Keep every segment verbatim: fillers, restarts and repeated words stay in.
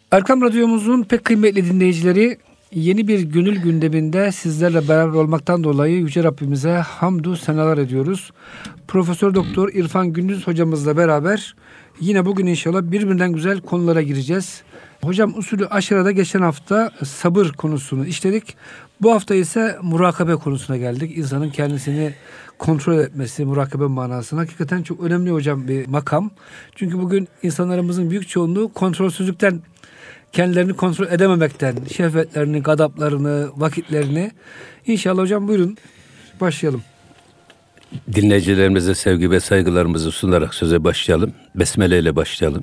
Erkam Radyomuzun pek kıymetli dinleyicileri, yeni bir gönül gündeminde sizlerle beraber olmaktan dolayı Yüce Rabbimize hamdü senalar ediyoruz. Profesör Doktor İrfan Gündüz hocamızla beraber yine bugün inşallah birbirinden güzel konulara gireceğiz. Hocam usulü aşırada geçen hafta sabır konusunu işledik. Bu hafta ise murakabe konusuna geldik. İnsanın kendisini kontrol etmesi, murakabe manasına hakikaten çok önemli hocam bir makam. Çünkü bugün insanlarımızın büyük çoğunluğu kontrolsüzlükten, kendilerini kontrol edememekten, şehvetlerini, gadaplarını, vakitlerini. İnşallah hocam buyurun başlayalım. Dinleyicilerimize sevgi ve saygılarımızı sunarak söze başlayalım. Besmele ile başlayalım.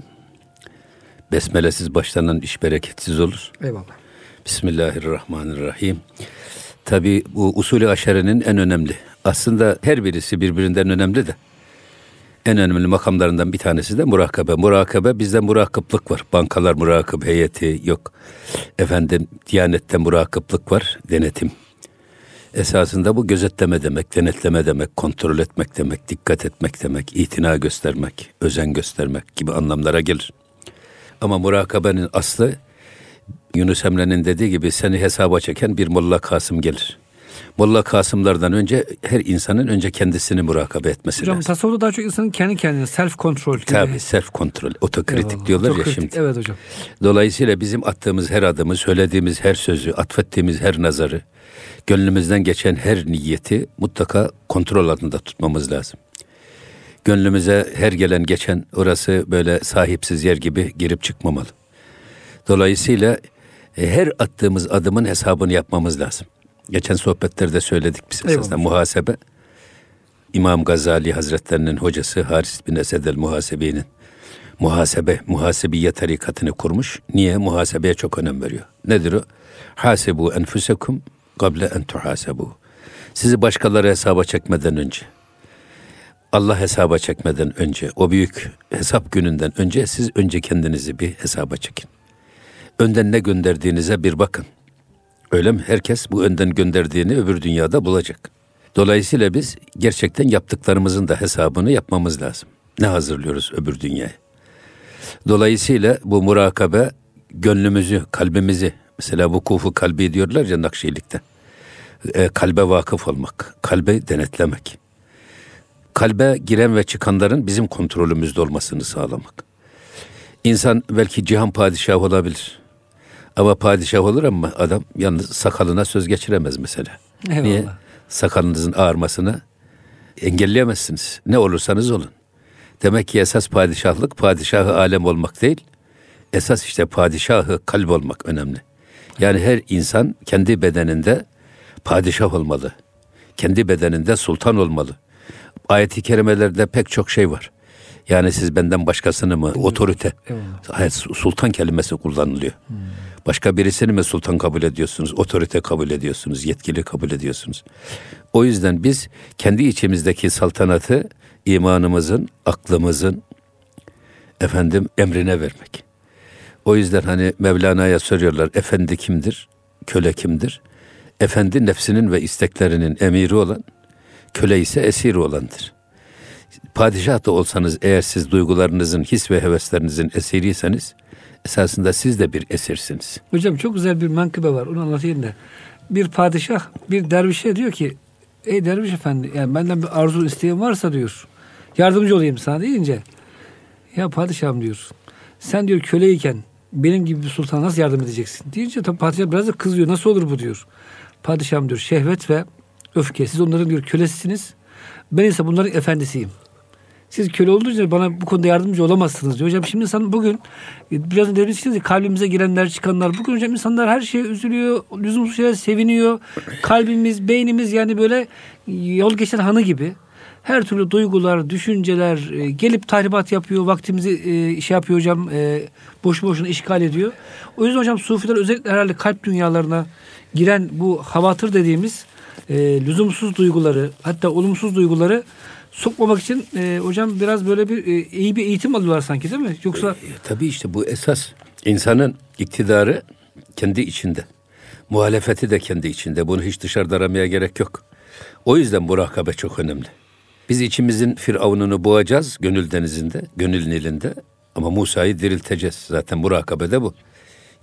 Besmelesiz başlanan iş bereketsiz olur. Eyvallah. Bismillahirrahmanirrahim. Tabii bu usulü aşerenin en önemli. Aslında her birisi birbirinden önemli de. En önemli makamlarından bir tanesi de murakabe. Murakabe, bizde murakıplık var. Bankalar murakip heyeti yok. Efendim Diyanet'te murakıplık var. Denetim. Esasında bu gözetleme demek, denetleme demek, kontrol etmek demek, dikkat etmek demek, itina göstermek, özen göstermek gibi anlamlara gelir. Ama murakabenin aslı, Yunus Emre'nin dediği gibi, seni hesaba çeken bir Molla Kasım gelir. Molla Kasımlardan önce her insanın önce kendisini murakabe etmesi hocam, lazım. Hocam tasavvufta daha çok insanın kendi kendine self kontrol. Tabii self kontrol, otokritik Eyvallah. diyorlar otokritik, ya şimdi. Evet hocam. Dolayısıyla bizim attığımız her adımı, söylediğimiz her sözü, atfettiğimiz her nazarı, gönlümüzden geçen her niyeti mutlaka kontrol altında tutmamız lazım. Gönlümüze her gelen geçen orası böyle sahipsiz yer gibi girip çıkmamalı. Dolayısıyla her attığımız adımın hesabını yapmamız lazım. Geçen sohbetlerde söyledik biz esasında muhasebe. İmam Gazali Hazretlerinin hocası Haris bin Esed el-Muhasebi'nin muhasebe, muhasebiye tarikatını kurmuş. Niye? Muhasebeye çok önem veriyor. Nedir o? Hasebu enfusekum kable en tuhasebu. Sizi başkaları hesaba çekmeden önce, Allah hesaba çekmeden önce, o büyük hesap gününden önce siz önce kendinizi bir hesaba çekin. Önden ne gönderdiğinize bir bakın. Öyle mi? Herkes bu önden gönderdiğini öbür dünyada bulacak. Dolayısıyla biz gerçekten yaptıklarımızın da hesabını yapmamız lazım. Ne hazırlıyoruz öbür dünyaya? Dolayısıyla bu murakabe gönlümüzü, kalbimizi, mesela vukufu kalbi diyorlar ya Nakşilik'te. E, kalbe vakıf olmak, kalbe denetlemek. Kalbe giren ve çıkanların bizim kontrolümüzde olmasını sağlamak. İnsan belki cihan padişahı olabilir. Ama padişah olur ama adam yalnız sakalına söz geçiremez mesela. Eyvallah. Niye? Sakalınızın ağarmasını engelleyemezsiniz. Ne olursanız olun. Demek ki esas padişahlık, padişahı alem olmak değil, esas işte padişahı kalp olmak önemli. Yani her insan kendi bedeninde padişah olmalı. Kendi bedeninde sultan olmalı. Ayet-i kerimelerde pek çok şey var. Yani siz benden başkasını mı, otorite, hayır, sultan kelimesi kullanılıyor. Hmm. Başka birisini mi sultan kabul ediyorsunuz, otorite kabul ediyorsunuz, yetkili kabul ediyorsunuz. O yüzden biz kendi içimizdeki saltanatı imanımızın, aklımızın efendim emrine vermek. O yüzden hani Mevlana'ya soruyorlar, efendi kimdir, köle kimdir? Efendi nefsinin ve isteklerinin emiri olan, köle ise esiri olandır. Padişah da olsanız eğer siz duygularınızın, his ve heveslerinizin esiriyseniz esasında siz de bir esirsiniz. Hocam çok güzel bir menkıbe var, onu anlatayım da. Bir padişah bir dervişe diyor ki, ey derviş efendi, yani benden bir arzu isteğin varsa diyor, yardımcı olayım sana deyince, ya padişahım diyor, sen diyor köleyken benim gibi bir sultana nasıl yardım edeceksin deyince tabii padişah biraz da kızıyor, nasıl olur bu diyor. Padişahım diyor, şehvet ve öfke, siz onların diyor kölesisiniz, ben ise bunların efendisiyim. Siz köle olduğunca bana bu konuda yardımcı olamazsınız diyor. Hocam şimdi insan bugün biraz önce demiştiniz ya, kalbimize girenler çıkanlar. Bugün hocam insanlar her şeye üzülüyor. Lüzumsuz şeyler seviniyor. Kalbimiz, beynimiz yani böyle yol geçen hanı gibi. Her türlü duygular, düşünceler gelip tahribat yapıyor. Vaktimizi şey yapıyor hocam. Boşu boşuna işgal ediyor. O yüzden hocam sufiler özellikle herhalde kalp dünyalarına giren bu havatır dediğimiz lüzumsuz duyguları, hatta olumsuz duyguları sokmamak için e, hocam biraz böyle bir e, iyi bir eğitim alıyorlar sanki, değil mi? Yoksa e, tabii işte bu esas insanın iktidarı kendi içinde. Muhalefeti de kendi içinde. Bunu hiç dışarıda aramaya gerek yok. O yüzden murakabe çok önemli. Biz içimizin firavununu boğacağız gönül denizinde, gönül nilinde. Ama Musa'yı dirilteceğiz. Zaten murakabede bu.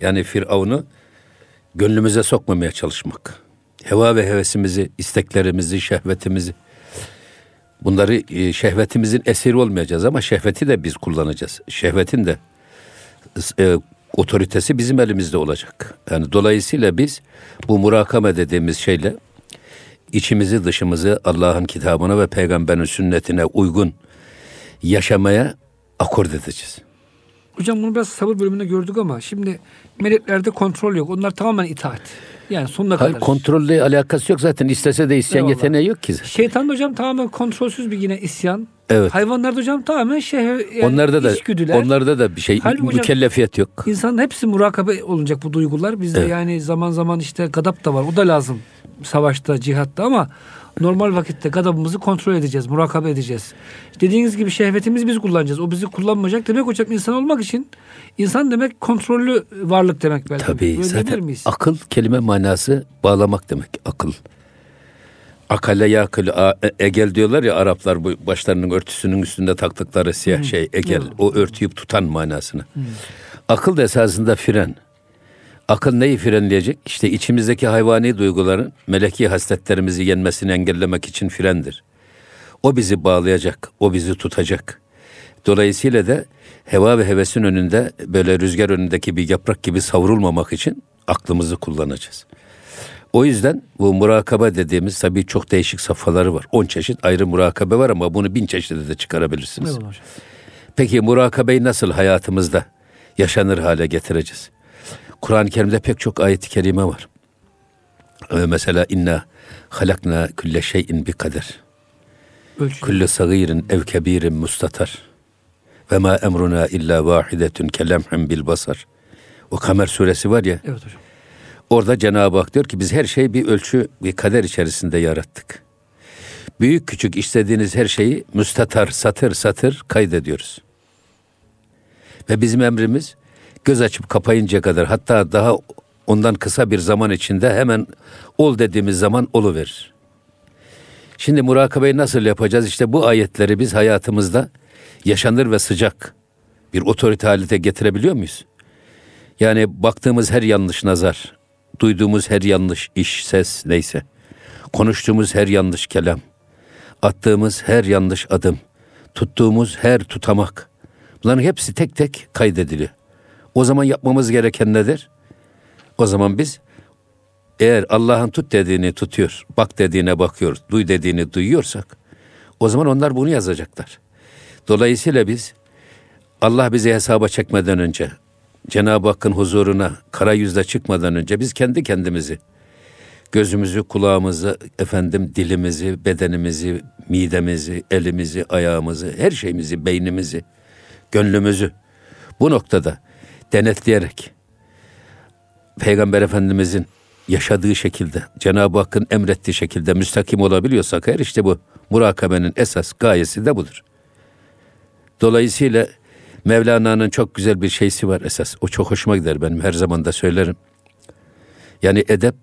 Yani Firavun'u gönlümüze sokmamaya çalışmak. Heva ve hevesimizi, isteklerimizi, şehvetimizi, bunları e, şehvetimizin esiri olmayacağız ama şehveti de biz kullanacağız. Şehvetin de e, otoritesi bizim elimizde olacak. Yani dolayısıyla biz bu murakame dediğimiz şeyle içimizi dışımızı Allah'ın kitabına ve peygamberin sünnetine uygun yaşamaya akord edeceğiz. Hocam bunu biraz sabır bölümünde gördük ama şimdi meleklerde kontrol yok. Onlar tamamen itaat. Yani sonuna Hayır, kadar. kontrolle alakası yok zaten. İstese de isyan Eyvallah. yeteneği yok ki. Şeytan da hocam tamamen kontrolsüz bir yine isyan. Evet. Hayvanlarda hocam tamamen şehvet, yani onlarda da içgüdüler. onlarda da bir şey Halbuki hocam, mükellefiyet yok. İnsanın hepsi murakabe olacak bu duygular. Bizde Evet. yani zaman zaman işte gadap da var. O da lazım. Savaşta, cihatta ama normal vakitte gadabımızı kontrol edeceğiz, murakabe edeceğiz. Dediğiniz gibi şehvetimizi biz kullanacağız. O bizi kullanmayacak. Demek hocam insan olmak için insan demek kontrollü varlık demek belki. Tabii Böyle zaten miyiz? akıl kelime manası bağlamak demek. Akıl. Akale yakıl egel diyorlar ya Araplar, bu başlarının örtüsünün üstünde taktıkları siyah hmm. şey egel. Hmm. O örtüyü tutan manasını. Hmm. Akıl da esasında fren. Akıl neyi frenleyecek? İşte içimizdeki hayvani duyguların meleki hasletlerimizi yenmesini engellemek için frendir. O bizi bağlayacak, o bizi tutacak. Dolayısıyla da heva ve hevesin önünde böyle rüzgar önündeki bir yaprak gibi savrulmamak için aklımızı kullanacağız. O yüzden bu murakabe dediğimiz tabii çok değişik safhaları var. On çeşit ayrı murakabe var ama bunu bin çeşitli de çıkarabilirsiniz. Evet, peki murakabeyi nasıl hayatımızda yaşanır hale getireceğiz? Kur'an-ı Kerim'de pek çok ayet-i kerime var. Mesela inna halakna külle şeyin bi kader. Kullu sagirin ev kebirin mustatar. Ve ma emruna illa vahidetun kelemhum bil basar. O Kamer suresi var ya. Evet hocam. Orada Cenab-ı Hak diyor ki biz her şeyi bir ölçü, bir kader içerisinde yarattık. Büyük küçük istediğiniz her şeyi müstatar, satır satır kaydediyoruz. Ve bizim emrimiz göz açıp kapayıncaya kadar, hatta daha ondan kısa bir zaman içinde hemen ol dediğimiz zaman oluverir. Şimdi murakabeyi nasıl yapacağız? İşte bu ayetleri biz hayatımızda yaşanır ve sıcak bir otorite haline getirebiliyor muyuz? Yani baktığımız her yanlış nazar, duyduğumuz her yanlış iş, ses neyse, konuştuğumuz her yanlış kelam, attığımız her yanlış adım, tuttuğumuz her tutamak, bunların hepsi tek tek kaydediliyor. O zaman yapmamız gereken nedir? O zaman biz eğer Allah'ın tut dediğini tutuyor, bak dediğine bakıyoruz, duy dediğini duyuyorsak, o zaman onlar bunu yazacaklar. Dolayısıyla biz Allah bizi hesaba çekmeden önce, Cenab-ı Hakk'ın huzuruna kara yüzle çıkmadan önce biz kendi kendimizi, gözümüzü, kulağımızı, efendim dilimizi, bedenimizi, midemizi, elimizi, ayağımızı, her şeyimizi, beynimizi, gönlümüzü bu noktada denetleyerek Peygamber Efendimizin yaşadığı şekilde, Cenab-ı Hakk'ın emrettiği şekilde müstakim olabiliyorsak eğer, işte bu murakabenin esas gayesi de budur. Dolayısıyla Mevlana'nın çok güzel bir şeysi var esas. O çok hoşuma gider, benim her zaman da söylerim. Yani edep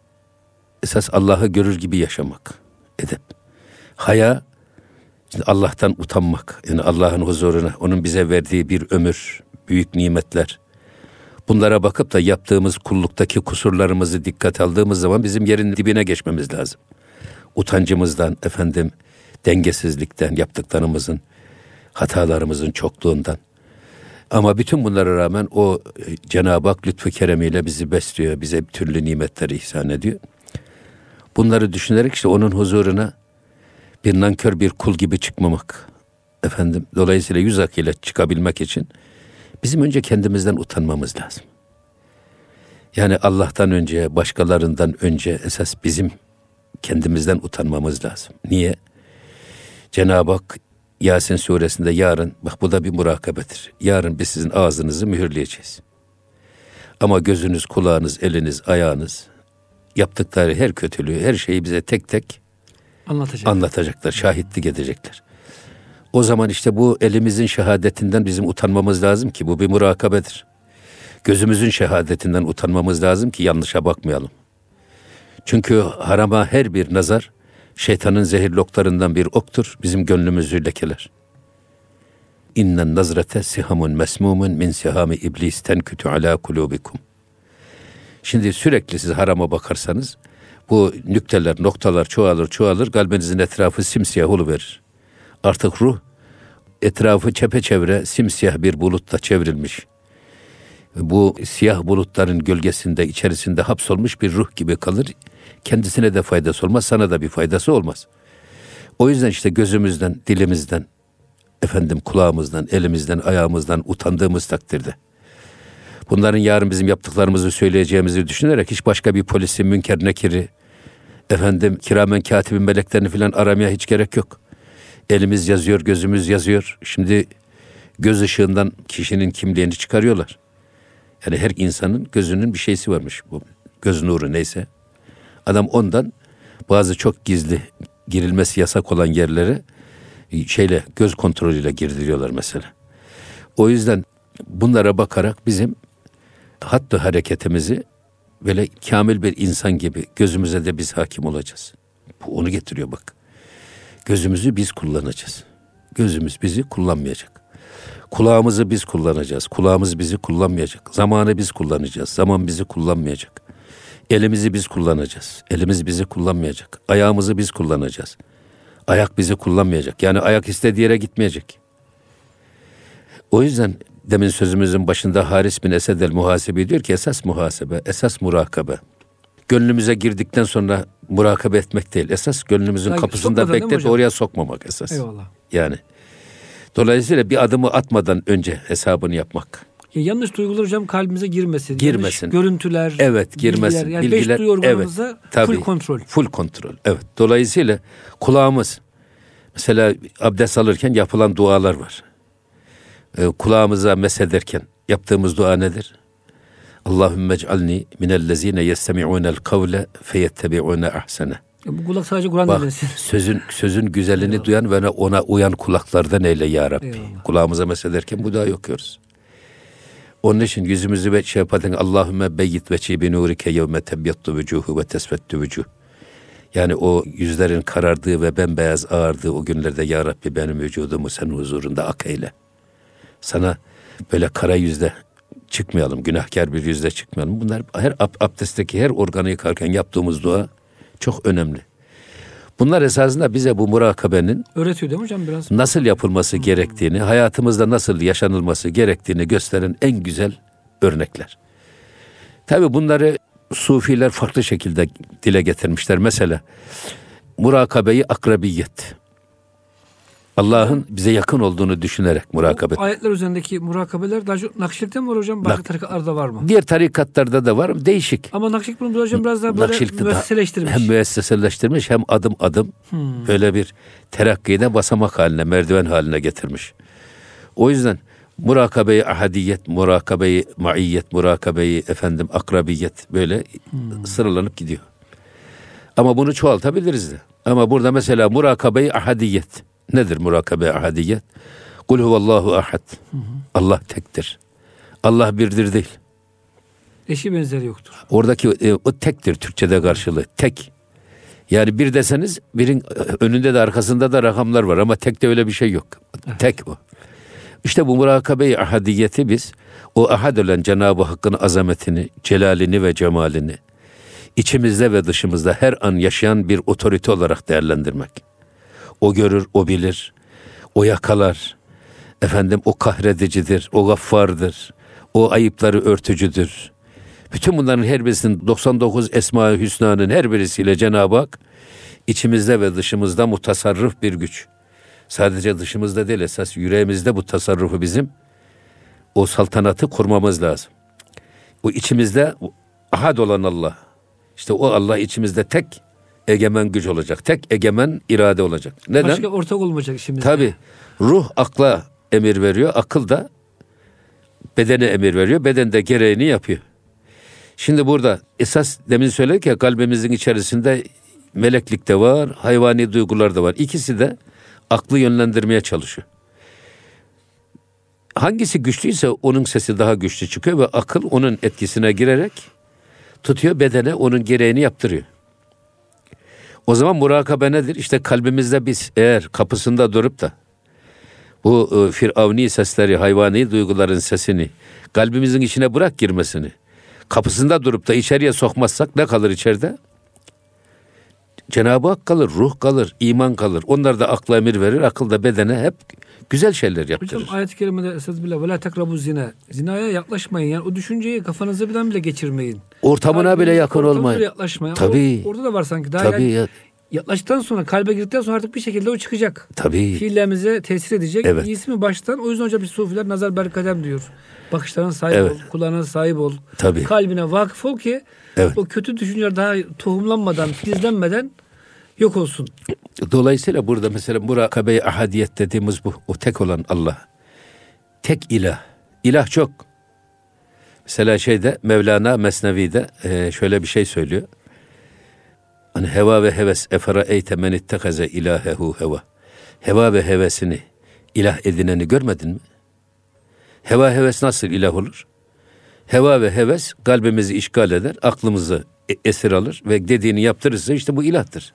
esas Allah'ı görür gibi yaşamak. Edep. Haya Allah'tan utanmak. Yani Allah'ın huzuruna, onun bize verdiği bir ömür, büyük nimetler. Bunlara bakıp da yaptığımız kulluktaki kusurlarımızı dikkat aldığımız zaman bizim yerin dibine geçmemiz lazım. Utancımızdan, efendim dengesizlikten, yaptıklarımızın, hatalarımızın çokluğundan. Ama bütün bunlara rağmen o Cenab-ı Hak lütfu keremiyle bizi besliyor, bize bir türlü nimetleri ihsan ediyor. Bunları düşünerek işte onun huzuruna bir nankör bir kul gibi çıkmamak. Efendim, dolayısıyla yüz ak ile çıkabilmek için bizim önce kendimizden utanmamız lazım. Yani Allah'tan önce, başkalarından önce esas bizim kendimizden utanmamız lazım. Niye? Cenab-ı Hak Yasin suresinde yarın, bak bu da bir murakabedir. Yarın biz sizin ağzınızı mühürleyeceğiz. Ama gözünüz, kulağınız, eliniz, ayağınız, yaptıkları her kötülüğü, her şeyi bize tek tek Anlatacak. anlatacaklar, şahitlik edecekler. O zaman işte bu elimizin şehadetinden bizim utanmamız lazım ki bu bir murakabedir. Gözümüzün şehadetinden utanmamız lazım ki yanlışa bakmayalım. Çünkü harama her bir nazar şeytanın zehirli oklarından bir oktur, bizim gönlümüzü lekeler. İnnen nazrete sihamun mesmumun min sihami iblis tenkütü ala kulubikum. Şimdi sürekli siz harama bakarsanız bu nükteler, noktalar çoğalır çoğalır, kalbinizin etrafı simsiyah oluverir. Artık ruh etrafı çepeçevre simsiyah bir bulutla çevrilmiş. Bu siyah bulutların gölgesinde, içerisinde hapsolmuş bir ruh gibi kalır. Kendisine de faydası olmaz, sana da bir faydası olmaz. O yüzden işte gözümüzden, dilimizden, efendim kulağımızdan, elimizden, ayağımızdan utandığımız takdirde, bunların yarın bizim yaptıklarımızı söyleyeceğimizi düşünerek hiç başka bir polisi, münker nekiri, efendim kiramen katibin meleklerini filan aramaya hiç gerek yok. Elimiz yazıyor, gözümüz yazıyor. Şimdi göz ışığından kişinin kimliğini çıkarıyorlar. Yani her insanın gözünün bir şeysi varmış. Bu göz nuru neyse. Adam ondan bazı çok gizli, girilmesi yasak olan yerlere şeyle, göz kontrolüyle girdiriyorlar mesela. O yüzden bunlara bakarak bizim hattı hareketimizi böyle kamil bir insan gibi gözümüze de biz hakim olacağız. Bu onu getiriyor bak. Gözümüzü biz kullanacağız. Gözümüz bizi kullanmayacak. Kulağımızı biz kullanacağız. Kulağımız bizi kullanmayacak. Zamanı biz kullanacağız. Zaman bizi kullanmayacak. Elimizi biz kullanacağız. Elimiz bizi kullanmayacak. Ayağımızı biz kullanacağız. Ayak bizi kullanmayacak. Yani ayak istediği yere gitmeyecek. O yüzden demin sözümüzün başında Haris bin Esed el-Muhasebi diyor ki esas muhasebe, esas murakabe. Gönlümüze girdikten sonra murakabe etmek değil. Esas gönlümüzün Sanki kapısında bekleyip oraya sokmamak esas. Eyvallah. Yani dolayısıyla bir adımı atmadan önce hesabını yapmak. Ya yanlış duygular hocam kalbimize girmesin. Girmesin. Yanlış görüntüler. Evet, girmesin. Bilgiler. Yani Bilgiler, beş duyu organımıza evet, tabii, full kontrol. Full kontrol. Evet. Dolayısıyla kulağımız, mesela abdest alırken yapılan dualar var. Ee, kulağımıza mesederken yaptığımız dua nedir? Allahümme ec'alni minellezine yestemi'unel kavle feyettebi'une ahsene. Ya bu kulak sadece Kur'an Bak, dinlesin. sözün sözün güzelini Eyvallah. duyan ve ona uyan kulaklardan eyle ya Rabbi. Eyvallah. Kulağımıza mesederken bu duayı okuyoruz. Onun için yüzümüzü ve şey yaparken Allahümme beyyit veçi bi nurike yevme tebyattu vücuhu ve tesfettu vücuh. Yani o yüzlerin karardığı ve bembeyaz ağardığı o günlerde ya Rabbi benim vücudumu sen huzurunda ak eyle. Sana böyle kara yüzle çıkmayalım, günahkar bir yüzle çıkmayalım. Bunlar her ab- abdestteki her organı yıkarken yaptığımız dua çok önemli. Bunlar esasında bize bu murakabenin Öğretiyor değil mi hocam biraz? nasıl yapılması hmm. gerektiğini, hayatımızda nasıl yaşanılması gerektiğini gösteren en güzel örnekler. Tabii bunları sufiler farklı şekilde dile getirmişler. Mesela murakabeyi akrabiyet. Allah'ın bize yakın olduğunu düşünerek murakabe. O ayetler üzerindeki murakabeler daha çok Nakşilik'te mi var hocam? Başka Nak- tarikatlarda var mı? Diğer tarikatlarda da var. Değişik. Ama Nakşilik bunu hocam biraz daha böyle müesseseleştirmiş. Hem müesseseleştirmiş hem adım adım hmm. böyle bir terakkide basamak haline, merdiven haline getirmiş. O yüzden murakabeyi ahadiyet, murakabeyi maiyet, murakabeyi efendim akrabiyet böyle hmm. sıralanıp gidiyor. Ama bunu çoğaltabiliriz de. Ama burada mesela murakabeyi ahadiyet. Nedir murakabe ahadiyet? Kul huvallahu ahad. Hı hı. Allah tektir. Allah birdir değil. Eşi benzeri yoktur. Oradaki e, o tektir Türkçe'de karşılığı. Tek. Yani bir deseniz birin önünde de arkasında da rakamlar var ama tekte öyle bir şey yok. Evet. Tek o. İşte bu murakabe-i ahadiyeti biz o ahad olan Cenab-ı Hakk'ın azametini, celalini ve cemalini içimizde ve dışımızda her an yaşayan bir otorite olarak değerlendirmek. O görür, o bilir, o yakalar, efendim o kahredicidir, o gaffardır, o ayıpları örtücüdür. Bütün bunların her birisinin doksan dokuz Esma-i Hüsna'nın her birisiyle Cenab-ı Hak içimizde ve dışımızda mutasarrıf bir güç. Sadece dışımızda değil, esas yüreğimizde bu tasarrufu bizim o saltanatı kurmamız lazım. O içimizde ahad olan Allah, işte o Allah içimizde tek egemen güç olacak. Tek egemen irade olacak. Neden? Başka ortak olmayacak işimizde. Tabii. Ruh akla emir veriyor. Akıl da bedene emir veriyor. Beden de gereğini yapıyor. Şimdi burada esas demin söyledik ya kalbimizin içerisinde meleklik de var, hayvani duygular da var. İkisi de aklı yönlendirmeye çalışıyor. Hangisi güçlüyse onun sesi daha güçlü çıkıyor ve akıl onun etkisine girerek tutuyor bedene onun gereğini yaptırıyor. O zaman murakabe nedir? İşte kalbimizde biz eğer kapısında durup da bu e, firavuni sesleri, hayvani duyguların sesini kalbimizin içine bırak girmesini, kapısında durup da içeriye sokmazsak ne kalır içeride? Cenab-ı Hak kalır, ruh kalır, iman kalır. Onlar da akla emir verir, akıl da bedene hep güzel şeyler yaptırır. Hocam ayet-i kerimede estağfirullah ve la tekrabu zina. Zinaya yaklaşmayın. Yani o düşünceyi kafanıza birden bile geçirmeyin. Ortamına Kalbiniz, bile yakın ortamına olmayın. bile yaklaşmayın. Tabii. O, orada da var sanki. Daha Tabii yani, ya. yaklaştıktan sonra, kalbe girdikten sonra artık bir şekilde o çıkacak. Tabii. Fiillerimize tesir edecek. Evet. İyisi mi baştan? O yüzden hocam biz sufiler nazar berkadem diyor. Bakışlarına sahip Evet. ol, kulağına sahip ol. Tabii. Kalbine vakıf ol ki Evet. o kötü düşünceler daha tohumlanmadan, filizlenmeden yok olsun. Dolayısıyla burada mesela murakabe-i ahadiyet dediğimiz bu. O tek olan Allah. Tek ilah. İlah çok. Mesela şeyde Mevlana Mesnevi'de e, şöyle bir şey söylüyor. Hani heva ve heves efera eyte men ittehaze ilahehu heva. Heva ve hevesini ilah edineni görmedin mi? Heva heves nasıl ilah olur? Heva ve heves kalbimizi işgal eder, aklımızı esir alır ve dediğini yaptırırsa işte bu ilahtır.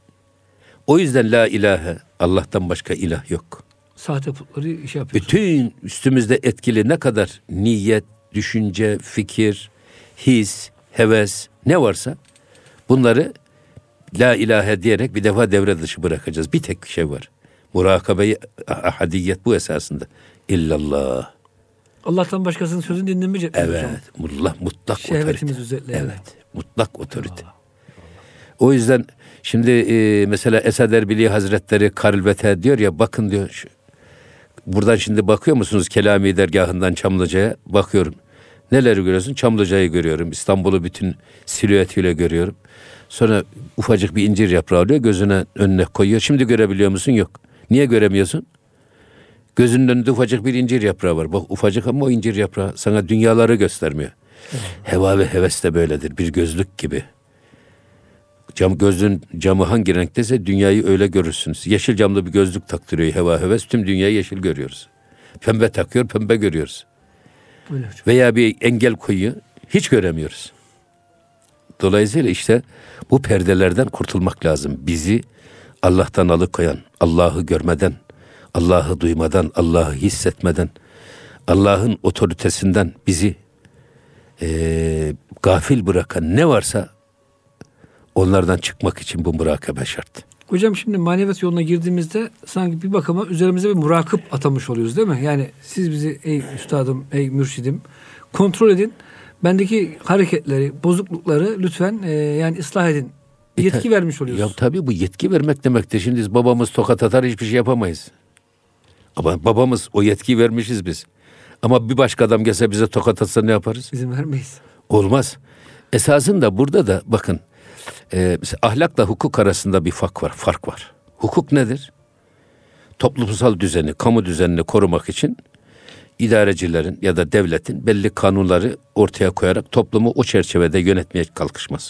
O yüzden la ilahe, Allah'tan başka ilah yok. Sahte putları iş yapıyor. Bütün üstümüzde etkili ne kadar niyet, düşünce, fikir, his, heves ne varsa bunları la ilahe diyerek bir defa devre dışı bırakacağız. Bir tek şey var. Murakabe-i ahadiyet bu esasında. İllallah. Allah'tan başkasının sözünü dinlemeyecek. Evet. Mutlak, mutlak Şehvetimiz otorite. üzerinde. Evet. Mutlak otorite. O yüzden şimdi e, mesela Esad Erbili Hazretleri Karılbete diyor ya, bakın diyor. Şu, buradan şimdi bakıyor musunuz Kelami dergahından Çamlıca'ya? Bakıyorum. Neleri görüyorsun? Çamlıca'yı görüyorum. İstanbul'u bütün silüetiyle görüyorum. Sonra ufacık bir incir yaprağı alıyor, gözüne önüne koyuyor. Şimdi görebiliyor musun? Yok. Niye göremiyorsun? Gözünün önünde ufacık bir incir yaprağı var. Bak ufacık ama o incir yaprağı sana dünyaları göstermiyor. Evet. Heva ve heves de böyledir. Bir gözlük gibi. Cam, gözün camı hangi renkteyse dünyayı öyle görürsünüz. Yeşil camlı bir gözlük taktırıyor heva heves. Tüm dünyayı yeşil görüyoruz. Pembe takıyor, pembe görüyoruz. Öyle. Veya bir engel koyuyor, hiç göremiyoruz. Dolayısıyla işte bu perdelerden kurtulmak lazım. Bizi Allah'tan alıkoyan, Allah'ı görmeden, Allah'ı duymadan, Allah'ı hissetmeden, Allah'ın otoritesinden bizi e, gafil bırakan ne varsa onlardan çıkmak için bu murakabe şart. Hocam şimdi maneviyat yoluna girdiğimizde sanki bir bakıma üzerimize bir murakip atamış oluyoruz değil mi? Yani siz bizi ey üstadım, ey mürşidim kontrol edin. Bendeki hareketleri, bozuklukları lütfen e, yani ıslah edin. Yetki e, vermiş oluyoruz. Ya tabii bu yetki vermek demektir. Şimdi biz babamız tokat atar hiçbir şey yapamayız. Ama babamız o yetkiyi vermişiz biz. Ama bir başka adam gelse bize tokat atsa ne yaparız? İzin vermeyiz. Olmaz. Esasında burada da bakın e, ahlakla hukuk arasında bir fark var. Fark var. Hukuk nedir? Toplumsal düzeni, kamu düzenini korumak için idarecilerin ya da devletin belli kanunları ortaya koyarak toplumu o çerçevede yönetmeye kalkışması.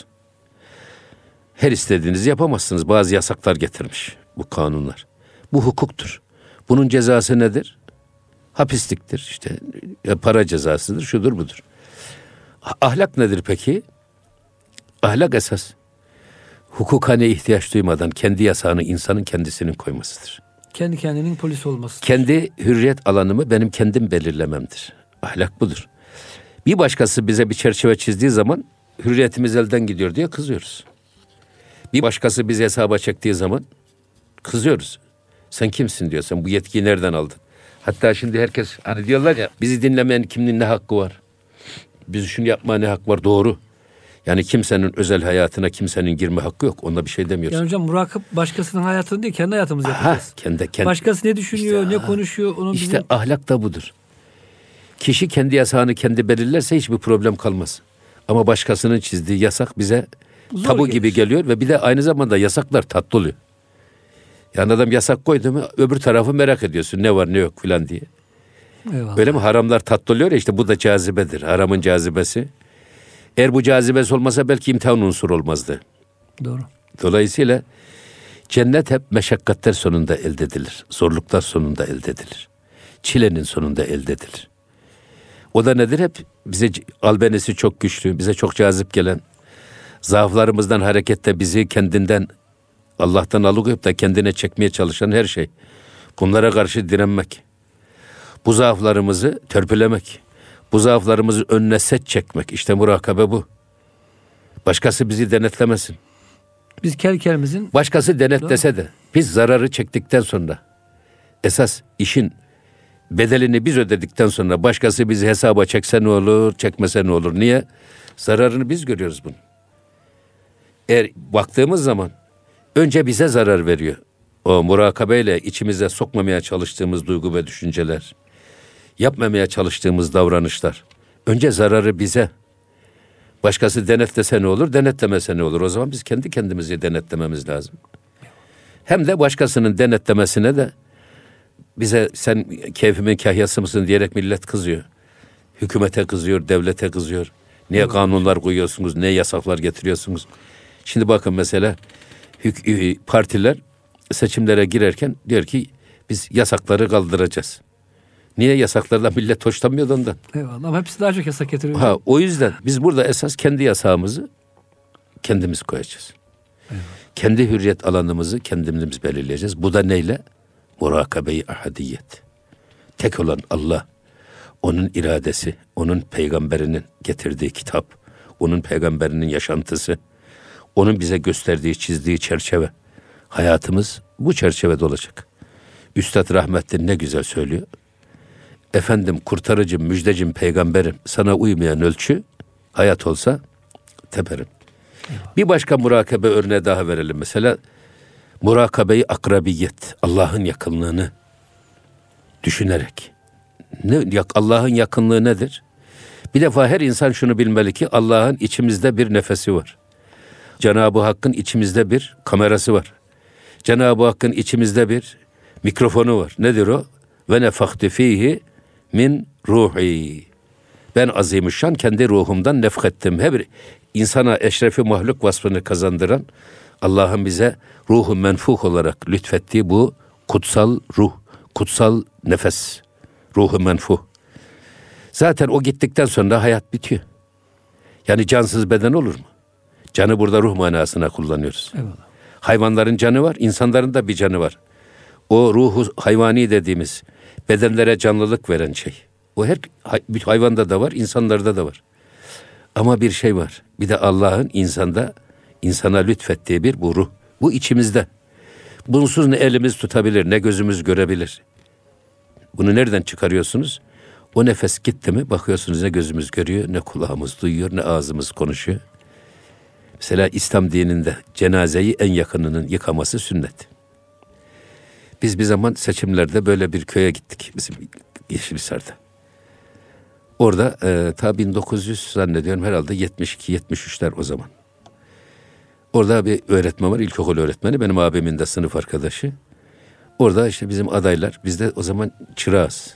Her istediğinizi yapamazsınız. Bazı yasaklar getirmiş bu kanunlar. Bu hukuktur. Bunun cezası nedir? Hapisliktir. İşte para cezasıdır, şudur budur. Ahlak nedir peki? Ahlak esas hukukane ihtiyaç duymadan kendi yasağını insanın kendisinin koymasıdır. Kendi kendinin polis olması. Kendi hürriyet alanımı benim kendim belirlememdir. Ahlak budur. Bir başkası bize bir çerçeve çizdiği zaman hürriyetimiz elden gidiyor diye kızıyoruz. Bir başkası bizi hesaba çektiği zaman kızıyoruz. Sen kimsin diyor. Sen bu yetkiyi nereden aldın? Hatta şimdi herkes hani diyorlar ya, bizi dinlemeyen kimin ne hakkı var? Bizi şunu yapmaya ne hak var? Doğru. Yani kimsenin özel hayatına kimsenin girme hakkı yok. Onda bir şey demiyoruz. Yani hocam murakip başkasının hayatını değil, kendi hayatımızı yapacağız. Ha, kendi, kendi. Başkası ne düşünüyor, işte, ne konuşuyor? Onun işte bizim... ahlak da budur. Kişi kendi yasağını kendi belirlerse hiçbir problem kalmaz. Ama başkasının çizdiği yasak bize zor tabu gelir gibi geliyor ve bir de aynı zamanda yasaklar tatlı oluyor. Yani adam yasak koydu mu öbür tarafı merak ediyorsun. Ne var ne yok filan diye. Eyvallah. Öyle mi? Haramlar tatlı oluyor ya, işte bu da cazibedir. Haramın cazibesi. Eğer bu cazibesi olmasa belki imtihan unsuru olmazdı. Doğru. Dolayısıyla cennet hep meşakkatler sonunda elde edilir. Zorluklar sonunda elde edilir. Çilenin sonunda elde edilir. O da nedir? Hep bize albenisi çok güçlü, bize çok cazip gelen, zaaflarımızdan hareketle bizi kendinden, Allah'tan alıkoyup da kendine çekmeye çalışan her şey. Bunlara karşı direnmek. Bu zaaflarımızı törpülemek. Bu zaaflarımızı önüne set çekmek. İşte murakabe bu. Başkası bizi denetlemesin. Biz kendi kendimizin... Başkası denetlese de biz zararı çektikten sonra, esas işin bedelini biz ödedikten sonra başkası bizi hesaba çekse ne olur, çekmese ne olur? Niye? Zararını biz görüyoruz bunu. Eğer baktığımız zaman önce bize zarar veriyor. O murakabeyle içimize sokmamaya çalıştığımız duygu ve düşünceler, yapmamaya çalıştığımız davranışlar. Önce zararı bize. Başkası denetlese ne olur, denetlemese ne olur? O zaman biz kendi kendimizi denetlememiz lazım. Hem de başkasının denetlemesine de bize sen keyfimin kahyası mısın diyerek millet kızıyor. Hükümete kızıyor, devlete kızıyor. Niye kanunlar koyuyorsunuz, ne yasaklar getiriyorsunuz? Şimdi bakın mesela partiler seçimlere girerken diyor ki biz yasakları kaldıracağız. Niye? Yasaklarla millet hoşlanmıyor ondan. Eyvallah, ama hepsi daha çok yasak getiriyor. Ha, o yüzden biz burada esas kendi yasağımızı kendimiz koyacağız. Eyvallah. Kendi hürriyet alanımızı kendimiz belirleyeceğiz. Bu da neyle? Murakabe-i ahadiyet. Tek olan Allah, onun iradesi, onun peygamberinin getirdiği kitap, onun peygamberinin yaşantısı, onun bize gösterdiği, çizdiği çerçeve. Hayatımız bu çerçevede olacak. Üstad rahmetli ne güzel söylüyor. Efendim kurtarıcım, müjdecim, peygamberim, sana uymayan ölçü hayat olsa teperim. Eyvallah. Bir başka murakabe örneği daha verelim. Mesela murakabe-i akrabiyet, Allah'ın yakınlığını düşünerek. Ne, Allah'ın yakınlığı nedir? Bir defa her insan şunu bilmeli ki Allah'ın içimizde bir nefesi var. Cenab-ı Hakk'ın içimizde bir kamerası var. Cenab-ı Hakk'ın içimizde bir mikrofonu var. Nedir o? Ve nefaktu fihi min ruhi. Ben azimüşşan kendi ruhumdan nefkettim. Her insana eşrefi mahluk vasfını kazandıran Allah'ın bize ruhu menfuh olarak lütfettiği bu kutsal ruh, kutsal nefes, ruhu menfuh. Zaten o gittikten sonra hayat bitiyor. Yani cansız beden olur mu? Canı burada ruh manasına kullanıyoruz. Eyvallah. Hayvanların canı var, insanların da bir canı var. O ruhu hayvani dediğimiz bedenlere canlılık veren şey. O her bir hayvanda da var, insanlarda da var. Ama bir şey var. Bir de Allah'ın insanda, insana lütfettiği bir bu ruh. Bu içimizde. Bunsuz ne elimiz tutabilir, ne gözümüz görebilir. Bunu nereden çıkarıyorsunuz? O nefes gitti mi bakıyorsunuz ne gözümüz görüyor, ne kulağımız duyuyor, ne ağzımız konuşuyor. Mesela İslam dininde cenazeyi en yakınının yıkaması sünnet. Biz bir zaman seçimlerde böyle bir köye gittik bizim Yeşilhisar'da. Orada e, ta bin dokuz yüz zannediyorum herhalde yetmiş iki yetmiş üçler o zaman. Orada bir öğretmen var, ilkokul öğretmeni, benim abimin de sınıf arkadaşı. Orada işte bizim adaylar, biz de o zaman çırağız.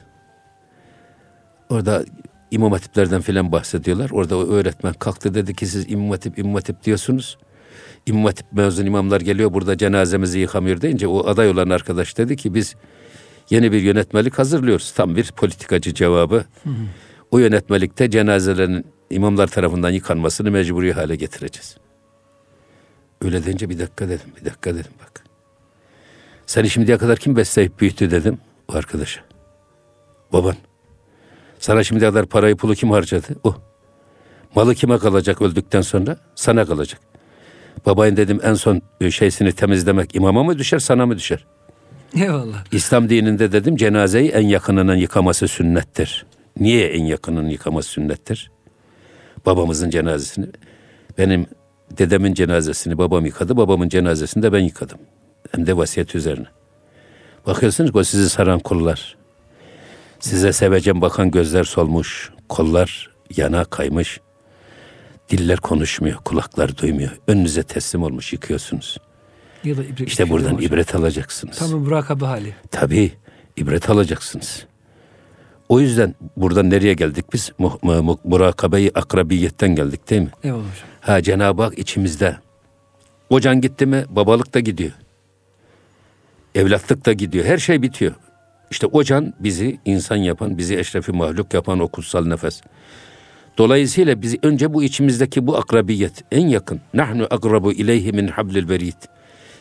Orada İmam Hatiplerden filan bahsediyorlar. Orada o öğretmen kalktı, dedi ki siz İmam Hatip, İmam Hatip diyorsunuz. İmam Hatip mezun imamlar geliyor burada cenazemizi yıkamıyor deyince o aday olan arkadaş dedi ki biz yeni bir yönetmelik hazırlıyoruz. Tam bir politikacı cevabı. Hı hı. O yönetmelikte cenazelerin imamlar tarafından yıkanmasını mecburi hale getireceğiz. Öyle deyince bir dakika dedim, bir dakika dedim bak. Seni şimdiye kadar kim besleyip büyüttü dedim o arkadaşa. Baban. Sana şimdiye kadar parayı pulu kim harcadı? O. Malı kime kalacak öldükten sonra? Sana kalacak. Babayın dedim en son şeysini temizlemek imama mı düşer, sana mı düşer? Eyvallah. İslam dininde dedim cenazeyi en yakınının yıkaması sünnettir. Niye en yakınının yıkaması sünnettir? Babamızın cenazesini, benim dedemin cenazesini babam yıkadı, babamın cenazesini de ben yıkadım. Hem de vasiyet üzerine. Bakıyorsunuz o sizi saran kollar. Size sevecen bakan gözler solmuş, kollar yana kaymış. Diller konuşmuyor, kulaklar duymuyor. Önünüze teslim olmuş yıkıyorsunuz. Ibret, işte buradan hocam. ibret alacaksınız. Tam bir murakabe hali. Tabii, ibret alacaksınız. O yüzden buradan nereye geldik biz? Murakabe-i akrabiyetten geldik değil mi? Eyvallah hocam. Ha, Cenab-ı Hak içimizde. Kocan gitti mi babalık da gidiyor. Evlatlık da gidiyor. Her şey bitiyor. İşte o can bizi insan yapan, bizi eşrefi mahluk yapan o kutsal nefes. Dolayısıyla bizi önce bu içimizdeki bu akrabiyet en yakın. Nahnu akrabu ileyhi min hablil verid.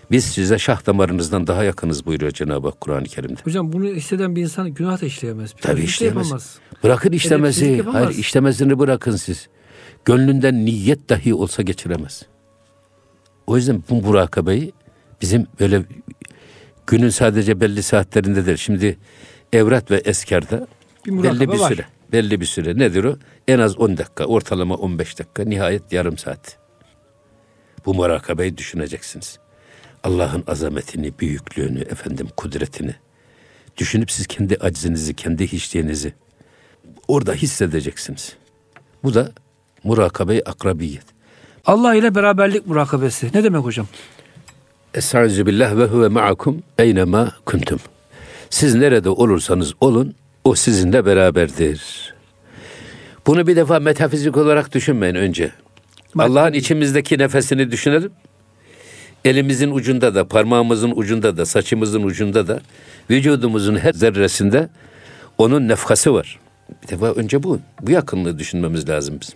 Biz size şah damarınızdan daha yakınız buyuruyor Cenab-ı Hak Kur'an-ı Kerim'de. Hocam bunu hisseden bir insan günah da işleyemez. Bir Tabii işleyemez. Yapamaz. Bırakın işlemesi. Hayır, işlemesini bırakın siz. Gönlünden niyet dahi olsa geçiremez. O yüzden bu murakabeyi bizim böyle günün sadece belli saatlerindedir. Şimdi evrat ve eskarda bir belli bir var. süre. Belli bir süre. Nedir o? En az on dakika, ortalama on beş dakika, nihayet yarım saat. Bu murakabeyi düşüneceksiniz. Allah'ın azametini, büyüklüğünü, efendim kudretini düşünüp siz kendi aczinizi, kendi hiçliğinizi orada hissedeceksiniz. Bu da murakabe-i akrabiyet. Allah ile beraberlik murakabesi. Ne demek hocam? Estaizu billah ve huve ma'akum eynema kuntum. Siz nerede olursanız olun, o sizinle beraberdir. Bunu bir defa metafizik olarak düşünmeyin önce. Allah'ın içimizdeki nefesini düşünelim. Elimizin ucunda da, parmağımızın ucunda da, saçımızın ucunda da, vücudumuzun her zerresinde onun nefkası var. Bir defa önce bu, bu yakınlığı düşünmemiz lazım bizim.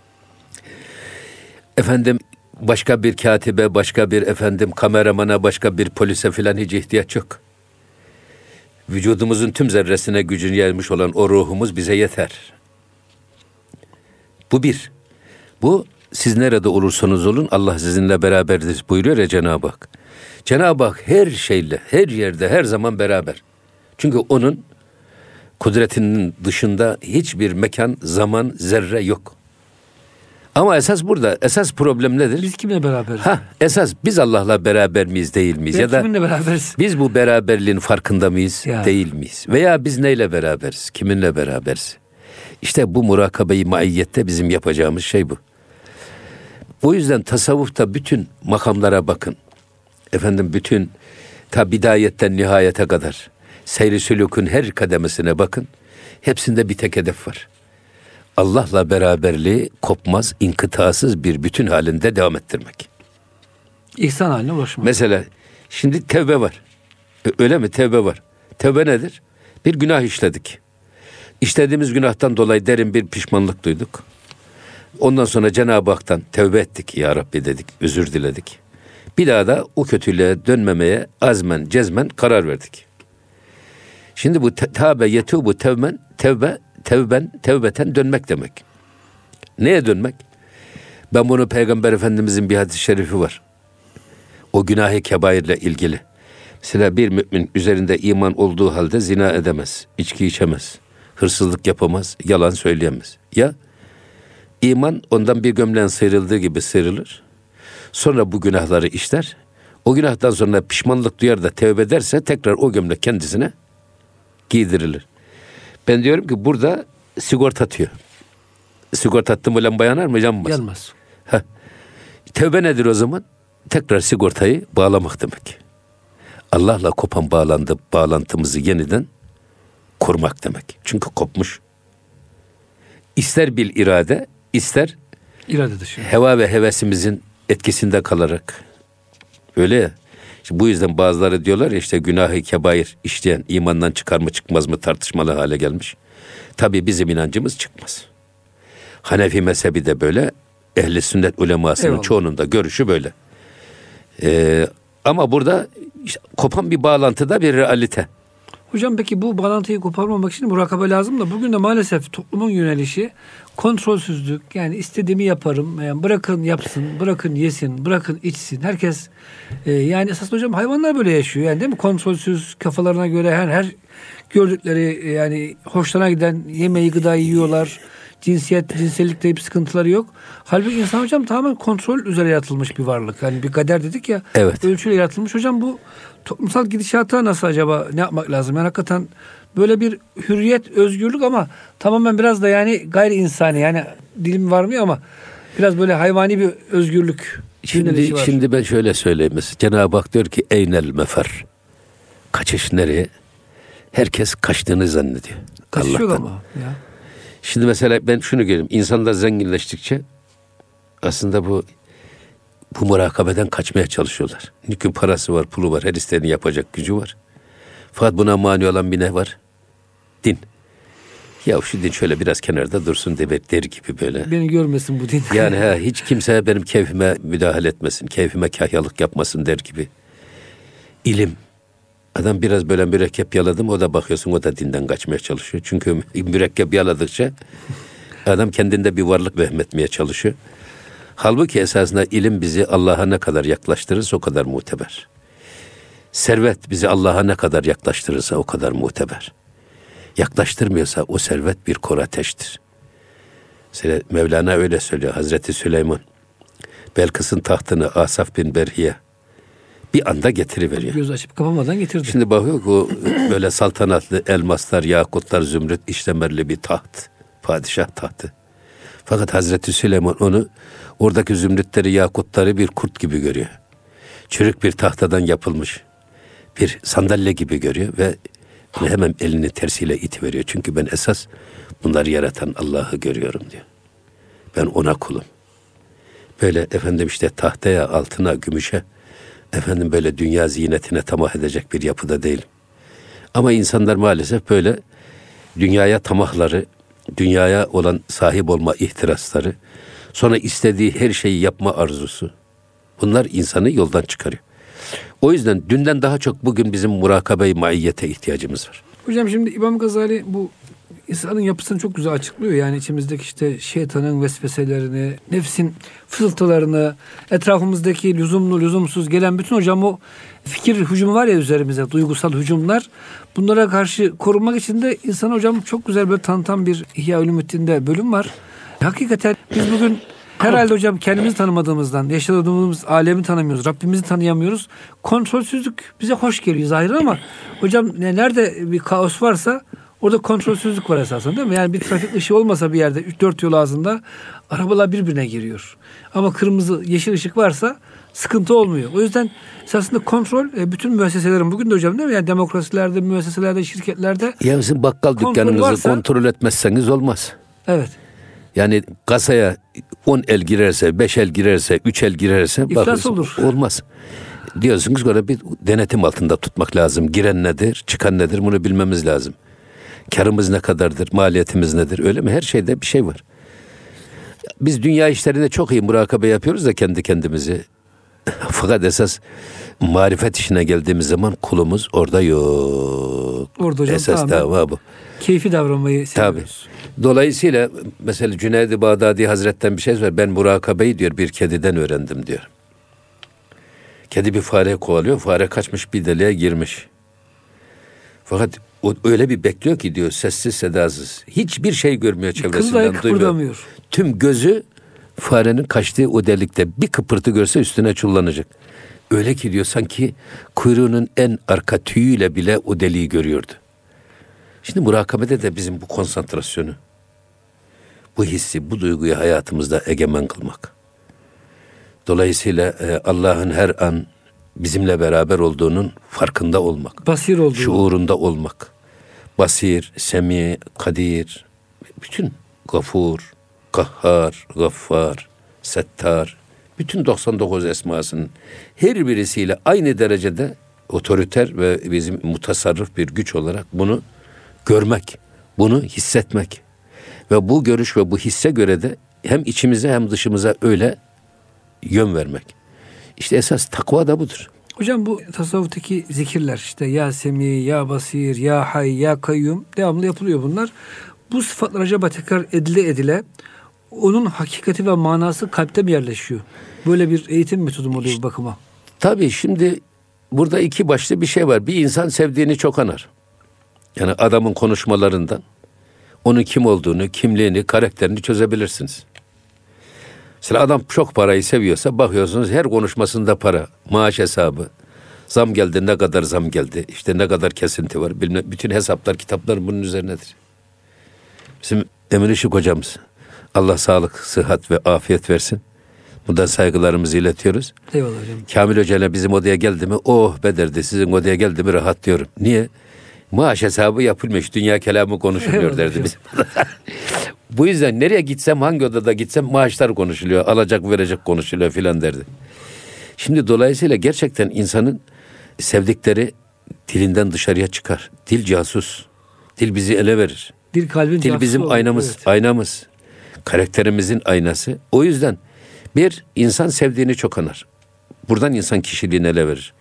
Efendim başka bir katibe, başka bir efendim kameramana, başka bir polise filan hiç ihtiyaç yok. Vücudumuzun tüm zerresine gücünü yaymış olan o ruhumuz bize yeter. Bu bir. Bu siz nerede olursanız olun Allah sizinle beraberdir buyuruyor ya Cenab-ı Hak. Cenab-ı Hak her şeyle, her yerde, her zaman beraber. Çünkü onun kudretinin dışında hiçbir mekan, zaman, zerre yok. Ama esas burada, esas problem nedir? Biz kimle beraberiz? Ha, esas biz Allah'la beraber miyiz, değil miyiz? Ben ya da kiminle beraberiz? Biz bu beraberliğin farkında mıyız, ya. değil miyiz? Veya biz neyle beraberiz, kiminle beraberiz? İşte bu murakabe-i maiyyette bizim yapacağımız şey bu. O yüzden tasavvufta bütün makamlara bakın. Efendim bütün ta bidayetten nihayete kadar seyri sülükün her kademesine bakın. Hepsinde bir tek hedef var. Allah'la beraberliği kopmaz, inkıtasız bir bütün halinde devam ettirmek. İhsan haline ulaşmak. Mesela şimdi tevbe var. Öyle mi? Tevbe var. Tevbe nedir? Bir günah işledik. İşlediğimiz günahtan dolayı derin bir pişmanlık duyduk. Ondan sonra Cenab-ı Hak'tan tevbe ettik ya Rabbi dedik, özür diledik. Bir daha da o kötülüğe dönmemeye azmen, cezmen karar verdik. Şimdi bu tevbe yetubu tevben, tevbe, tevben, tevbeten dönmek demek. Neye dönmek? Ben bunu Peygamber Efendimizin bir hadis-i şerifi var. O günah-ı kebairle ilgili. Mesela bir mümin üzerinde iman olduğu halde zina edemez, içki içemez, hırsızlık yapamaz, yalan söyleyemez. Ya İman ondan bir gömleğin sıyrıldığı gibi sıyrılır. Sonra bu günahları işler. O günahtan sonra pişmanlık duyar da tevbe ederse tekrar o gömlek kendisine giydirilir. Ben diyorum ki burada sigorta atıyor. Sigorta attı mı lamba yanar mı? Yanmaz. Yanmaz. Heh. Tevbe nedir o zaman? Tekrar sigortayı bağlamak demek. Allah'la kopan bağlandı, bağlantımızı yeniden kurmak demek. Çünkü kopmuş. İster bil irade, İster irade dışı. Heva ve hevesimizin etkisinde kalarak. Öyle ya. İşte bu yüzden bazıları diyorlar ya işte günah-ı kebair işleyen imandan çıkar mı çıkmaz mı tartışmalı hale gelmiş. Tabii bizim inancımız çıkmaz. Hanefi mezhebi de böyle. Ehli sünnet ulemasının Eyvallah. çoğunun da görüşü böyle. Ee, ama burada işte kopan bir bağlantıda bir realite. Hocam peki bu bağlantıyı koparmamak için murakabe lazım da bugün de maalesef toplumun yönelişi kontrolsüzlük, yani istediğimi yaparım, yani bırakın yapsın, bırakın yesin, bırakın içsin. Herkes e, yani esas hocam hayvanlar böyle yaşıyor yani, değil mi? Kontrolsüz, kafalarına göre her her gördükleri yani hoşlarına giden yemeği, gıdayı yiyorlar. Cinsiyet, cinsellikte bir sıkıntıları yok. Halbuki insan hocam tamamen kontrol üzere yaratılmış bir varlık. Yani bir kader dedik ya. Evet. Ölçüyle yaratılmış. Hocam bu toplumsal gidişata nasıl acaba ne yapmak lazım? Yani hakikaten böyle bir hürriyet, özgürlük ama tamamen biraz da yani gayri insani. Yani dilim varmıyor ama biraz böyle hayvani bir özgürlük. Şimdi, şimdi ben şöyle söyleyeyim. Mesela Cenab-ı Hak diyor ki eynel mefer. Kaçış nereye? Herkes kaçtığını zannediyor. Kaçıyor Allah'tan. ama ya. Şimdi mesela ben şunu görüyorum. İnsanlar zenginleştikçe aslında bu bu murakabeden kaçmaya çalışıyorlar. Çünkü parası var, pulu var, her istediğini yapacak gücü var. Fakat buna mani olan bir ne var? Din. Ya şu din şöyle biraz kenarda dursun de der gibi böyle. Beni görmesin bu din. Yani ha, hiç kimse benim keyfime müdahale etmesin, keyfime kahyalık yapmasın der gibi. ilim. Adam biraz böyle mürekkep yaladım, o da bakıyorsun o da dinden kaçmaya çalışıyor. Çünkü mürekkep yaladıkça adam kendinde bir varlık vehmetmeye çalışıyor. Halbuki esasında ilim bizi Allah'a ne kadar yaklaştırırsa o kadar muteber. Servet bizi Allah'a ne kadar yaklaştırırsa o kadar muteber. Yaklaştırmıyorsa o servet bir kor ateştir. Mesela Mevlana öyle söylüyor, Hazreti Süleyman. Belkıs'ın tahtını Asaf bin Berhiye bir anda getiriveriyor. Göz açıp kapamadan getirdi. Şimdi bakıyor ki o böyle saltanatlı elmaslar, yakutlar, zümrüt işlemerli bir taht. Padişah tahtı. Fakat Hazreti Süleyman onu oradaki zümrütleri, yakutları bir kurt gibi görüyor. Çürük bir tahtadan yapılmış bir sandalye gibi görüyor ve hemen elini tersiyle itiveriyor. Çünkü ben esas bunları yaratan Allah'ı görüyorum diyor. Ben ona kulum. Böyle efendim işte tahtaya, altına, gümüşe, efendim böyle dünya zinetine tamah edecek bir yapıda değilim. Ama insanlar maalesef böyle dünyaya tamahları, dünyaya olan sahip olma ihtirasları, sonra istediği her şeyi yapma arzusu, bunlar insanı yoldan çıkarıyor. O yüzden dünden daha çok bugün bizim murakabe-i maiyete ihtiyacımız var. Hocam şimdi İmam Gazali bu insanın yapısını çok güzel açıklıyor. Yani içimizdeki işte şeytanın vesveselerini, nefsin fısıltılarını, etrafımızdaki lüzumlu, lüzumsuz gelen bütün hocam o fikir hücumu var ya üzerimize, duygusal hücumlar. Bunlara karşı korunmak için de insan hocam çok güzel böyle tanıtan bir İhya Ulumuddin'de bölüm var. Hakikaten biz bugün herhalde hocam kendimizi tanımadığımızdan, yaşadığımız alemi tanımıyoruz, Rabbimizi tanıyamıyoruz. Kontrolsüzlük bize hoş geliyor zahir ama hocam nerede bir kaos varsa orada kontrolsüzlük var esasında değil mi? Yani bir trafik ışığı olmasa bir yerde üç dört yol ağzında arabalar birbirine giriyor. Ama kırmızı, yeşil ışık varsa sıkıntı olmuyor. O yüzden esasında kontrol bütün müesseselerin bugün de hocam değil mi? Yani demokrasilerde, müesseselerde, şirketlerde. Ya sizin bakkal dükkanınızı varsa, kontrol etmezseniz olmaz. Evet. Yani kasaya on el girerse, beş el girerse, üç el girerse İflas olur. Olmaz. Diyorsunuz ki bir denetim altında tutmak lazım. Giren nedir, çıkan nedir bunu bilmemiz lazım. Karımız ne kadardır, maliyetimiz nedir, öyle mi? Her şeyde bir şey var. Biz dünya işlerinde çok iyi murakabe yapıyoruz da kendi kendimizi. Fakat esas marifet işine geldiğimiz zaman kulumuz orada yok. Orada hocam esas dava bu. Keyfi davranmayı seviyoruz. Tabii. Dolayısıyla mesela Cüneyd-i Bağdadi Hazret'ten bir şey söylüyor. Ben murakabeyi diyor bir kediden öğrendim diyor. Kedi bir fare kovalıyor. Fare kaçmış bir deliğe girmiş. Fakat o öyle bir bekliyor ki diyor sessiz sedasız. Hiçbir şey görmüyor çevresinden, duymuyor. Tüm gözü farenin kaçtığı o delikte, bir kıpırtı görse üstüne çullanacak. Öyle ki diyor sanki kuyruğunun en arka tüyüyle bile o deliği görüyordu. Şimdi murakabede de bizim bu konsantrasyonu, bu hissi, bu duyguyu hayatımızda egemen kılmak. Dolayısıyla Allah'ın her an bizimle beraber olduğunun farkında olmak. Basir olduğu. Şuurunda olmak. Basir, Semi, Kadir, bütün Gafur, Kahhar, Gaffar, Settar, bütün doksan dokuz esmasının her birisiyle aynı derecede otoriter ve bizim mutasarrıf bir güç olarak bunu görmek, bunu hissetmek. Ve bu görüş ve bu hisse göre de hem içimize hem dışımıza öyle yön vermek. İşte esas takva da budur. Hocam bu tasavvuftaki zikirler işte ya Semi, ya Basir, ya Hay, ya Kayyum devamlı yapılıyor bunlar. Bu sıfatlar acaba tekrar edile edile onun hakikati ve manası kalpte mi yerleşiyor? Böyle bir eğitim metodu mu oluyor bu bakıma? Tabii şimdi burada iki başlı bir şey var. Bir insan sevdiğini çok anar. Yani adamın konuşmalarından onun kim olduğunu, kimliğini, karakterini çözebilirsiniz. Mesela adam çok parayı seviyorsa bakıyorsunuz her konuşmasında para, maaş hesabı, zam geldi, ne kadar zam geldi, işte ne kadar kesinti var, bilmem, bütün hesaplar, kitaplar bunun üzerinedir. Bizim Emin Işık hocamız, Allah sağlık, sıhhat ve afiyet versin. Buradan saygılarımızı iletiyoruz. Eyvallah hocam. Kamil hocayla bizim odaya geldi mi, oh be derdi, sizin odaya geldi mi rahat diyorum. Niye? Maaş hesabı yapılmış, dünya kelamı konuşuluyor eyvallah derdi bizim. Bu yüzden nereye gitsem, hangi odada gitsem maaşlar konuşuluyor, alacak verecek konuşuluyor filan derdi. Şimdi dolayısıyla gerçekten insanın sevdikleri dilinden dışarıya çıkar. Dil casus. Dil bizi ele verir. Dil kalbin Dil bizim olur, aynamız, evet. aynamız. Karakterimizin aynası. O yüzden bir insan sevdiğini çok anar. Buradan insan kişiliğini ele verir.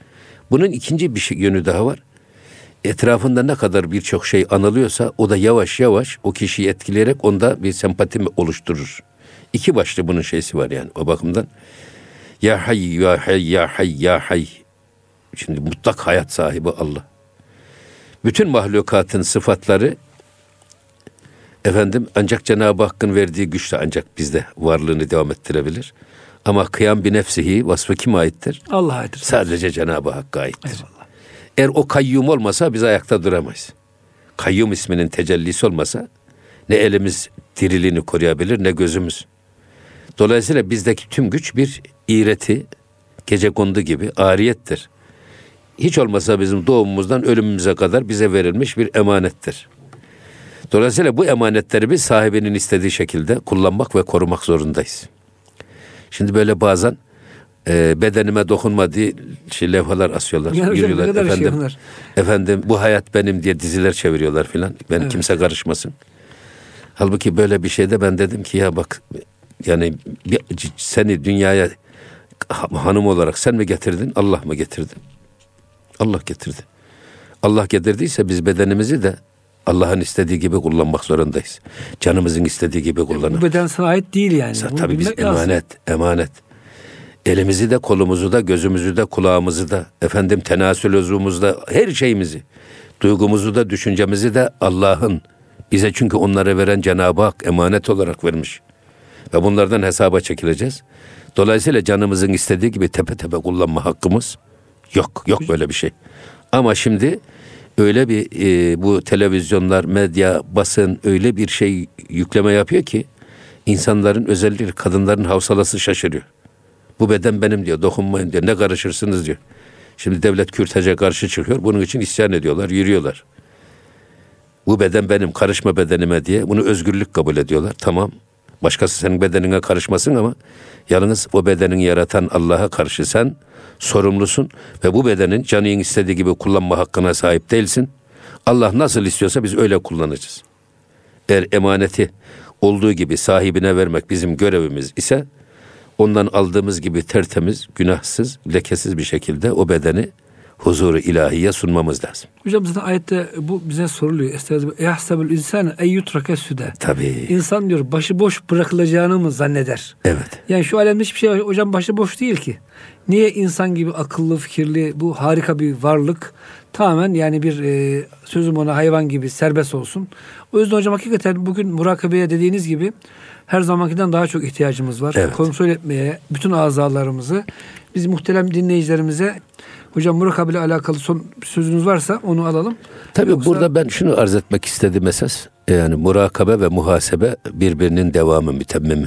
Bunun ikinci bir şey, yönü daha var. Etrafında ne kadar birçok şey anılıyorsa o da yavaş yavaş o kişiyi etkileyerek onda bir sempati oluşturur. İki başlı bunun şeysi var yani o bakımdan. Ya hay ya hay ya hay ya hay. Şimdi mutlak hayat sahibi Allah. Bütün mahlukatın sıfatları efendim ancak Cenab-ı Hakk'ın verdiği güçle ancak bizde varlığını devam ettirebilir. Ama kıyam bi nefsihi vasfı kime aittir? Allah'a aittir. Sadece Cenab-ı Hakk'a aittir. Eyvallah. Eğer o kayyum olmasa biz ayakta duramayız. Kayyum isminin tecellisi olmasa ne elimiz diriliğini koruyabilir ne gözümüz. Dolayısıyla bizdeki tüm güç bir iğreti, gecekondu gibi ariyettir. Hiç olmasa bizim doğumumuzdan ölümümüze kadar bize verilmiş bir emanettir. Dolayısıyla bu emanetleri biz sahibinin istediği şekilde kullanmak ve korumak zorundayız. Şimdi böyle bazen e, bedenime dokunma diye şey, levhalar asıyorlar, ya yürüyorlar. Hocam, efendim, şey efendim bu hayat benim diye diziler çeviriyorlar filan. Ben evet. Kimse karışmasın. Halbuki böyle bir şeyde ben dedim ki ya bak yani seni dünyaya hanım olarak sen mi getirdin, Allah mı getirdi? Allah getirdi. Allah getirdiyse biz bedenimizi de Allah'ın istediği gibi kullanmak zorundayız. Canımızın istediği gibi kullanalım. Bu beden sana ait değil yani. Tabii biz emanet, lazım. emanet. Elimizi de, kolumuzu da, gözümüzü de, kulağımızı da, efendim tenasül uzvumuzda, her şeyimizi, duygumuzu da, düşüncemizi de Allah'ın bize çünkü onları veren Cenab-ı Hak emanet olarak vermiş. Ve bunlardan hesaba çekileceğiz. Dolayısıyla canımızın istediği gibi tepe tepe kullanma hakkımız yok. Yok böyle bir şey. Ama şimdi öyle bir e, bu televizyonlar, medya, basın öyle bir şey yükleme yapıyor ki insanların, özellikle kadınların havsalası şaşırıyor. Bu beden benim diyor, dokunmayın diyor, ne karışırsınız diyor. Şimdi devlet kürtaja karşı çıkıyor, bunun için isyan ediyorlar, yürüyorlar. Bu beden benim, karışma bedenime diye bunu özgürlük kabul ediyorlar. Tamam, başkası senin bedenine karışmasın ama yalnız o bedenin yaratan Allah'a karşı sen sorumlusun ve bu bedenin canın istediği gibi kullanma hakkına sahip değilsin. Allah nasıl istiyorsa biz öyle kullanacağız. Eğer emaneti olduğu gibi sahibine vermek bizim görevimiz ise ondan aldığımız gibi tertemiz, günahsız, lekesiz bir şekilde o bedeni huzuru ilahiye sunmamız lazım. Hocam zaten ayette bu bize soruluyor. Estağfirullah. Yahsabul insane en yutrake süde. Tabii. İnsan diyor başıboş bırakılacağını mı zanneder? Evet. Yani şu alemde hiçbir şey hocam başıboş değil ki. Niye insan gibi akıllı, fikirli, bu harika bir varlık tamamen yani bir e, sözüm ona hayvan gibi serbest olsun. O yüzden hocam hakikaten bugün murakabeye dediğiniz gibi her zamankinden daha çok ihtiyacımız var. Evet. Kontrol etmeye, bütün azalarımızı biz muhterem dinleyicilerimize hocam murakabeyle alakalı son sözünüz varsa onu alalım. Tabii Yoksa... burada ben şunu arz etmek istedim esas. Yani murakabe ve muhasebe birbirinin devamı, mütemmimi.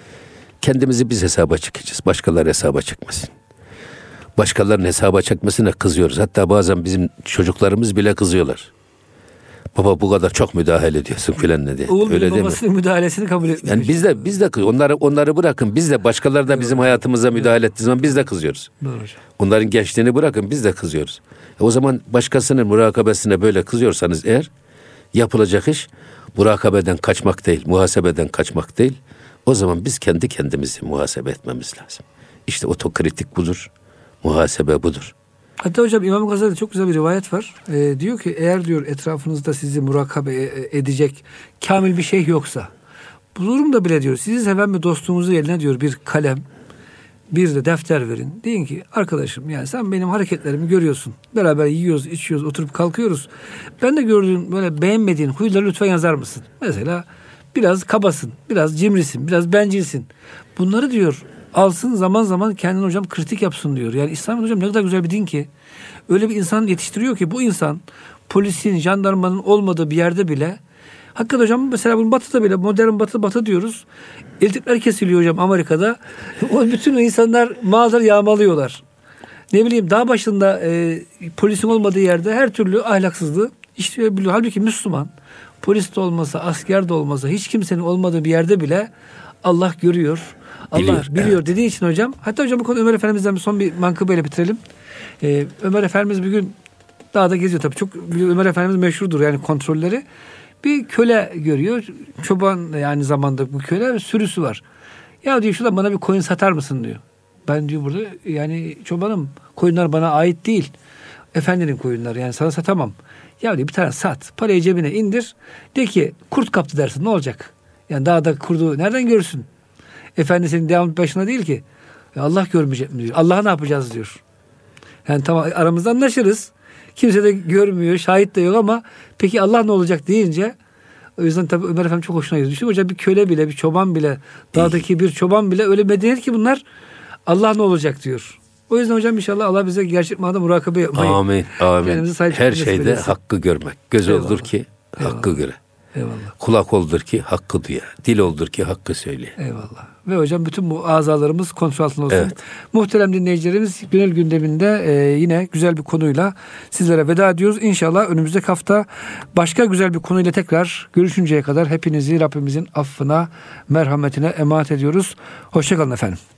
Kendimizi biz hesaba çekeceğiz. Başkaları hesaba çekmesin. Başkalarının hesaba çekmesine kızıyoruz. Hatta bazen bizim çocuklarımız bile kızıyorlar. Baba bu kadar çok müdahale ediyorsun filan ne diye. Oğul öyle babasının müdahalesini kabul etmiyor. Yani biz de biz de onları onları bırakın. Biz de başkaları da bizim hayatımıza müdahale ettiği zaman biz de kızıyoruz. Doğru hocam. Onların gençliğini bırakın biz de kızıyoruz. E o zaman başkasının murakabesine böyle kızıyorsanız eğer yapılacak iş murakabeden kaçmak değil, muhasebeden kaçmak değil. O zaman biz kendi kendimizi muhasebe etmemiz lazım. İşte otokritik budur. Muhasebe budur. Hatta hocam İmam Gazali'de çok güzel bir rivayet var. Ee, diyor ki eğer diyor etrafınızda sizi murakabe edecek kamil bir şey yoksa bu durumda bile diyor sizi seven bir dostunuzun eline diyor bir kalem bir de defter verin. Deyin ki arkadaşım yani sen benim hareketlerimi görüyorsun. Beraber yiyoruz, içiyoruz, oturup kalkıyoruz. Ben de gördüğün böyle beğenmediğin huyları lütfen yazar mısın? Mesela biraz kabasın, biraz cimrisin, biraz bencilsin. Bunları diyor alsın zaman zaman kendini hocam kritik yapsın diyor. Yani İslam hocam ne kadar güzel bir din ki. Öyle bir insan yetiştiriyor ki bu insan polisin, jandarmanın olmadığı bir yerde bile hakikaten hocam mesela bunun batıda bile modern batı batı diyoruz. Elektrikler kesiliyor hocam Amerika'da. O bütün insanlar mağazaları yağmalıyorlar. Ne bileyim dağ başında e, polisin olmadığı yerde her türlü ahlaksızlığı işleyebiliyor. Halbuki Müslüman polis de olmasa, asker de olmasa hiç kimsenin olmadığı bir yerde bile Allah görüyor. Allah biliyor, biliyor evet. Dediği için hocam. Hatta hocam bu konu Ömer Efendimiz'den bir son bir mankıbeyle bitirelim. Ee, Ömer Efendimiz bir gün dağda geziyor tabii. Çok Ömer Efendimiz meşhurdur yani kontrolleri. Bir köle görüyor. Çoban yani zamanda bu köle sürüsü var. Ya diyor şuradan bana bir koyun satar mısın diyor. Ben diyor burada yani çobanım, koyunlar bana ait değil. Efendinin koyunları, yani sana satamam. Ya diyor bir tane sat, parayı cebine indir. De ki kurt kaptı dersin, ne olacak? Yani dağda kurdu nereden görürsün? Efendi senin devam başına değil ki. Ya Allah görmeyecek mi diyor. Allah'a ne yapacağız diyor. Yani tamam aramızda anlaşırız. Kimse de görmüyor, şahit de yok ama peki Allah ne olacak deyince, o yüzden tabii Ömer Efendi çok hoşuna gidiyor. Düşünün hocam, bir köle bile, bir çoban bile, dağdaki bir çoban bile öyle medeniyet ki bunlar, Allah ne olacak diyor. O yüzden hocam inşallah Allah bize gerçek manada murakabe yapmayı. Amin. Amin. Her şeyde hakkı görmek. Göz Eyvallah. oldur ki Eyvallah. hakkı göre. Eyvallah. Kulak oldur ki hakkı duya. Dil oldur ki hakkı söyle. Eyvallah. Ve hocam bütün bu azalarımız kontrol altında olsun. Evet. Muhterem dinleyicilerimiz, Gönül gündeminde e, yine güzel bir konuyla sizlere veda ediyoruz. İnşallah önümüzdeki hafta başka güzel bir konuyla tekrar görüşünceye kadar hepinizi Rabbimizin affına, merhametine emanet ediyoruz. Hoşça kalın efendim.